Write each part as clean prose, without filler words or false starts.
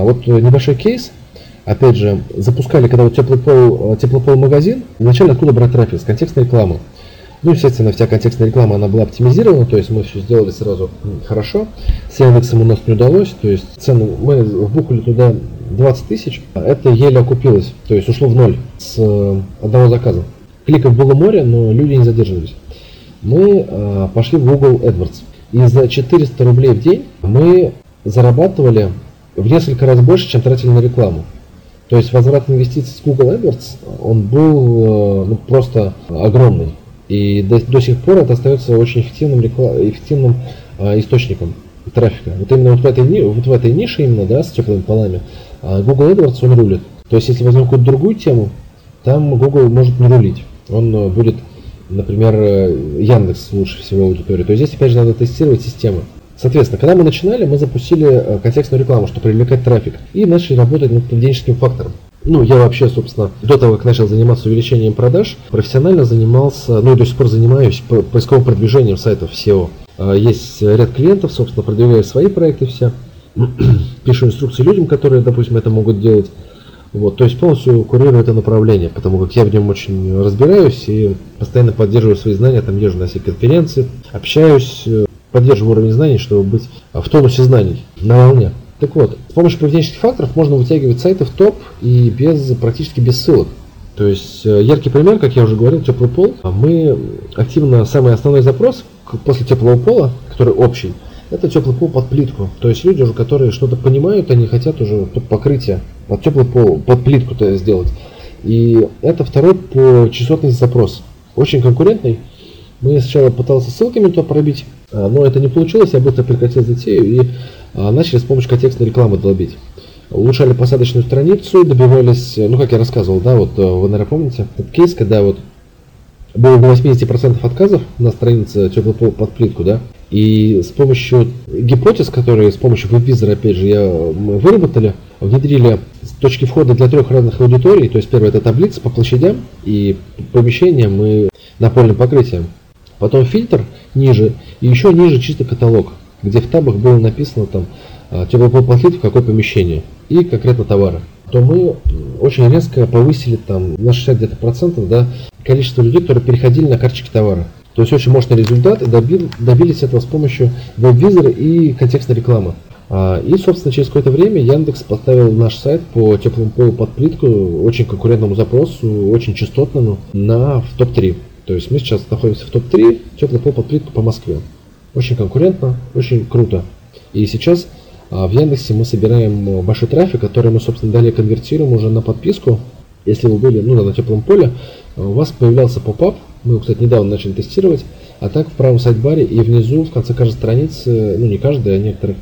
вот небольшой кейс. Опять же, запускали, когда вот теплый пол магазин, изначально откуда брать трафик? С контекстной рекламы. Ну, естественно, вся контекстная реклама, она была оптимизирована, то есть мы все сделали сразу хорошо. С Яндексом у нас не удалось, то есть цену мы вбухали туда 20 тысяч, это еле окупилось, то есть ушло в ноль с одного заказа. Кликов было море, но люди не задерживались. Мы пошли в Google AdWords, и за 400 рублей в день мы зарабатывали в несколько раз больше, чем тратили на рекламу. То есть возврат инвестиций с Google AdWords, он был просто огромный. И до сих пор это остается очень эффективным источником трафика. Вот именно вот в этой нише, именно, да, с теплыми полами, Google AdWords он рулит. То есть если возьмем какую-то другую тему, там Google может не рулить. Он будет, например, Яндекс лучше всего аудитории. То есть здесь опять же надо тестировать систему. Соответственно, когда мы начинали, мы запустили контекстную рекламу, чтобы привлекать трафик. И начали работать над поведенческим фактором. Ну, я вообще, собственно, до того, как начал заниматься увеличением продаж, профессионально занимался, ну и до сих пор занимаюсь поисковым продвижением сайтов SEO. Есть ряд клиентов, собственно, продвигаю свои проекты все, пишу инструкции людям, которые, допустим, это могут делать. Вот, то есть полностью курирую это направление, потому как я в нем очень разбираюсь и постоянно поддерживаю свои знания, там езжу на все конференции, общаюсь, поддерживаю уровень знаний, чтобы быть в тонусе знаний, на волне. Так вот, с помощью поведенческих факторов можно вытягивать сайты в топ и практически без ссылок. То есть яркий пример, как я уже говорил, теплый пол. Мы активно, самый основной запрос после теплого пола, который общий, это теплый пол под плитку. То есть люди уже, которые что-то понимают, они хотят уже под покрытие, под теплый пол, под плитку-то сделать. И это второй по частотности запрос. Очень конкурентный. Мы сначала пытался ссылками то пробить, но это не получилось, я быстро прекратил затею и начали с помощью контекстной рекламы долбить. Улучшали посадочную страницу, добивались, ну как я рассказывал, да, вот вы, наверное, помните этот кейс, когда вот было до 80% отказов на странице теплый пол под плитку, да, и с помощью гипотез, которые с помощью веб-визора, опять же, мы выработали, внедрили точки входа для 3 разных аудиторий, то есть первое это таблица по площадям и помещениям и напольным покрытием. Потом фильтр ниже и еще ниже чисто каталог, где в табах было написано там теплый пол под плитку, в какое помещение и конкретно товары. То мы очень резко повысили там на 60 где-то процентов, да, количество людей, которые переходили на карточки товара. То есть очень мощный результат, и добились этого с помощью веб-визора и контекстной рекламы. И, собственно, через какое-то время Яндекс поставил наш сайт по теплому полу под плитку, очень конкурентному запросу, очень частотному, в топ-3. То есть мы сейчас находимся в топ-3, теплый пол под плитку по Москве. Очень конкурентно, очень круто. И сейчас в Яндексе мы собираем большой трафик, который мы, собственно, далее конвертируем уже на подписку. Если вы были на теплом поле, у вас появлялся поп-ап, мы его, кстати, недавно начали тестировать, а так в правом сайт-баре и внизу, в конце каждой страницы, ну не каждой, а некоторых,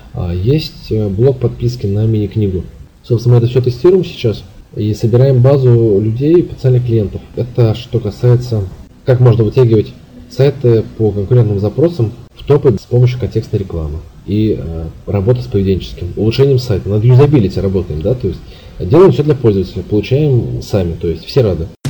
есть блок подписки на мини-книгу. Собственно, мы это все тестируем сейчас и собираем базу людей, потенциальных клиентов. Это что касается, как можно вытягивать сайты по конкурентным запросам в топы с помощью контекстной рекламы и работа с поведенческим, улучшением сайта. Над юзабилити работаем, да, то есть делаем все для пользователя, получаем сами, то есть все рады.